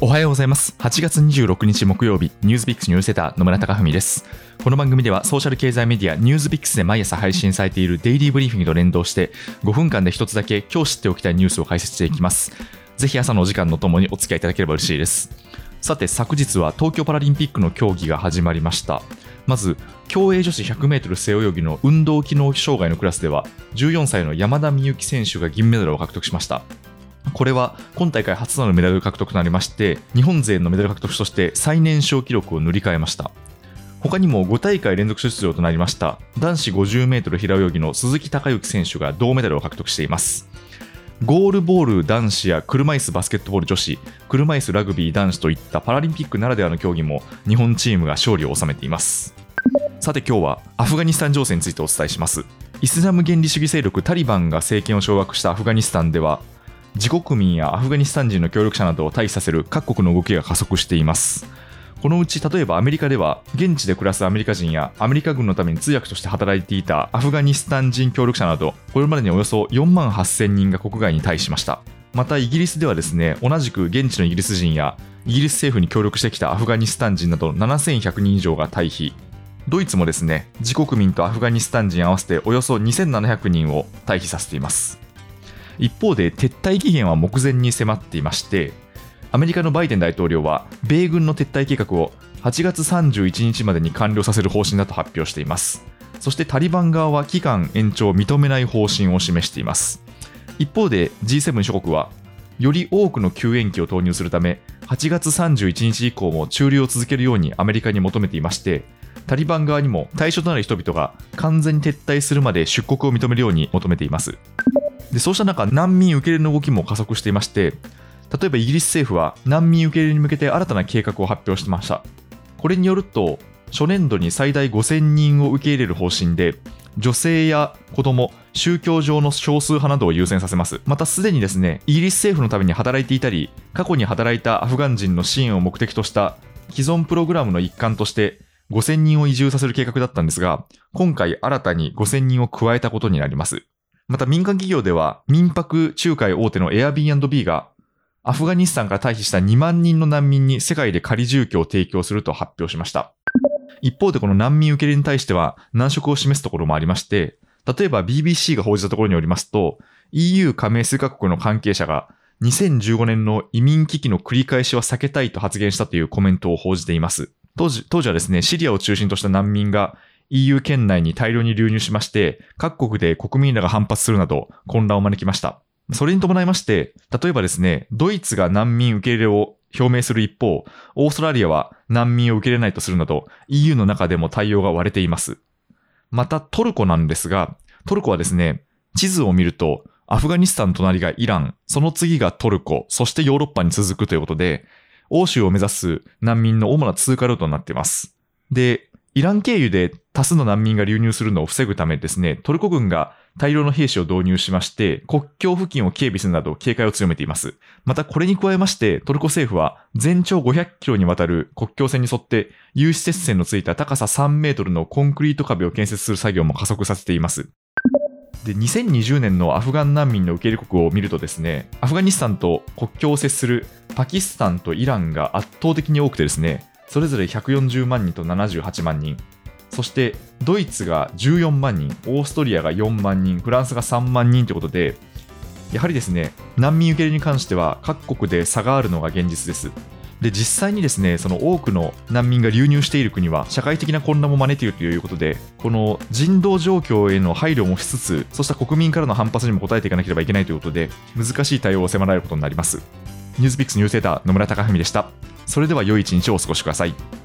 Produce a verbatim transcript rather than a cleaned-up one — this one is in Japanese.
おはようございます。はちがつにじゅうろくにち木曜日、ニュースピックスニュースレター野村貴文です。この番組ではソーシャル経済メディアニュースピックスで毎朝配信されているデイリーブリーフィングと連動してごふんかんで一つだけ今日知っておきたいニュースを解説していきます。ぜひ朝のお時間のともにお付き合いいただければ嬉しいです。さて、昨日は東京パラリンピックの競技が始まりました。まず競泳女子 ひゃくメートル 背泳ぎの運動機能障害のクラスではじゅうよんさいの山田美幸選手が銀メダルを獲得しました。これは今大会初となるメダル獲得となりまして、日本勢のメダル獲得として最年少記録を塗り替えました。他にもごたいかい連続出場となりました男子 ごじゅうメートル 平泳ぎの鈴木孝幸選手が銅メダルを獲得しています。ゴールボール男子や車椅子バスケットボール女子、車椅子ラグビー男子といったパラリンピックならではの競技も日本チームが勝利を収めています。さて、今日はアフガニスタン情勢についてお伝えします。イスラム原理主義勢力タリバンが政権を掌握したアフガニスタンでは、自国民やアフガニスタン人の協力者などを退避させる各国の動きが加速しています。このうち例えばアメリカでは、現地で暮らすアメリカ人やアメリカ軍のために通訳として働いていたアフガニスタン人協力者など、これまでにおよそよんまんはっせんにんが国外に退避しました。またイギリスではですね、同じく現地のイギリス人やイギリス政府に協力してきたアフガニスタン人などななせんひゃくにん以上が退避。ドイツもですね、自国民とアフガニスタン人合わせておよそにせんななひゃくにんを退避させています。一方で撤退期限は目前に迫っていまして、アメリカのバイデン大統領は米軍の撤退計画をはちがつさんじゅういちにちまでに完了させる方針だと発表しています。そしてタリバン側は期間延長を認めない方針を示しています。一方で ジーセブン 諸国はより多くの救援機を投入するため、はちがつさんじゅういちにち以降も駐留を続けるようにアメリカに求めていまして、タリバン側にも対象となる人々が完全に撤退するまで出国を認めるように求めています。でそうした中、難民受け入れの動きも加速していまして、例えばイギリス政府は難民受け入れに向けて新たな計画を発表していました。これによると、初年度に最大ごせんにんを受け入れる方針で、女性や子供、宗教上の少数派などを優先させます。またすでにですね、イギリス政府のために働いていたり、過去に働いたアフガン人の支援を目的とした既存プログラムの一環としてごせんにんを移住させる計画だったんですが、今回新たにごせんにんを加えたことになります。また民間企業では民泊仲介大手の Airbnb がアフガニスタンから退避したにまんにんの難民に世界で仮住居を提供すると発表しました。一方でこの難民受け入れに対しては難色を示すところもありまして、例えば ビービーシー が報じたところによりますと、 イーユー 加盟数カ国の関係者がにせんじゅうごねんの移民危機の繰り返しは避けたいと発言したというコメントを報じています。当時、当時はですね、シリアを中心とした難民がイーユー 圏内に大量に流入しまして、各国で国民らが反発するなど混乱を招きました。それに伴いまして、例えばですね、ドイツが難民受け入れを表明する一方、オーストラリアは難民を受け入れないとするなど イーユー の中でも対応が割れています。またトルコなんですが、トルコはですね、地図を見るとアフガニスタンの隣がイラン、その次がトルコ、そしてヨーロッパに続くということで、欧州を目指す難民の主な通過ルートになっています。で、イラン経由で多数の難民が流入するのを防ぐためですね、トルコ軍が大量の兵士を導入しまして、国境付近を警備するなど警戒を強めています。またこれに加えまして、トルコ政府は全長ごひゃくキロにわたる国境線に沿って有刺鉄線のついた高ささんメートルのコンクリート壁を建設する作業も加速させています。で、にせんにじゅうねんのアフガン難民の受け入れ国を見るとですね、アフガニスタンと国境を接するパキスタンとイランが圧倒的に多くてですね、それぞれひゃくよんじゅうまんにんとななじゅうはちまんにん、そしてドイツがじゅうよんまんにん、オーストリアがよんまんにん、フランスがさんまんにんということで、やはりですね、難民受け入れに関しては各国で差があるのが現実です。で、実際にですね、その多くの難民が流入している国は社会的な混乱も招いているということで、この人道状況への配慮もしつつ、そうした国民からの反発にも応えていかなければいけないということで、難しい対応を迫られることになります。ニュースピックスニュースレター野村貴文でした。それでは良い一日をお過ごしください。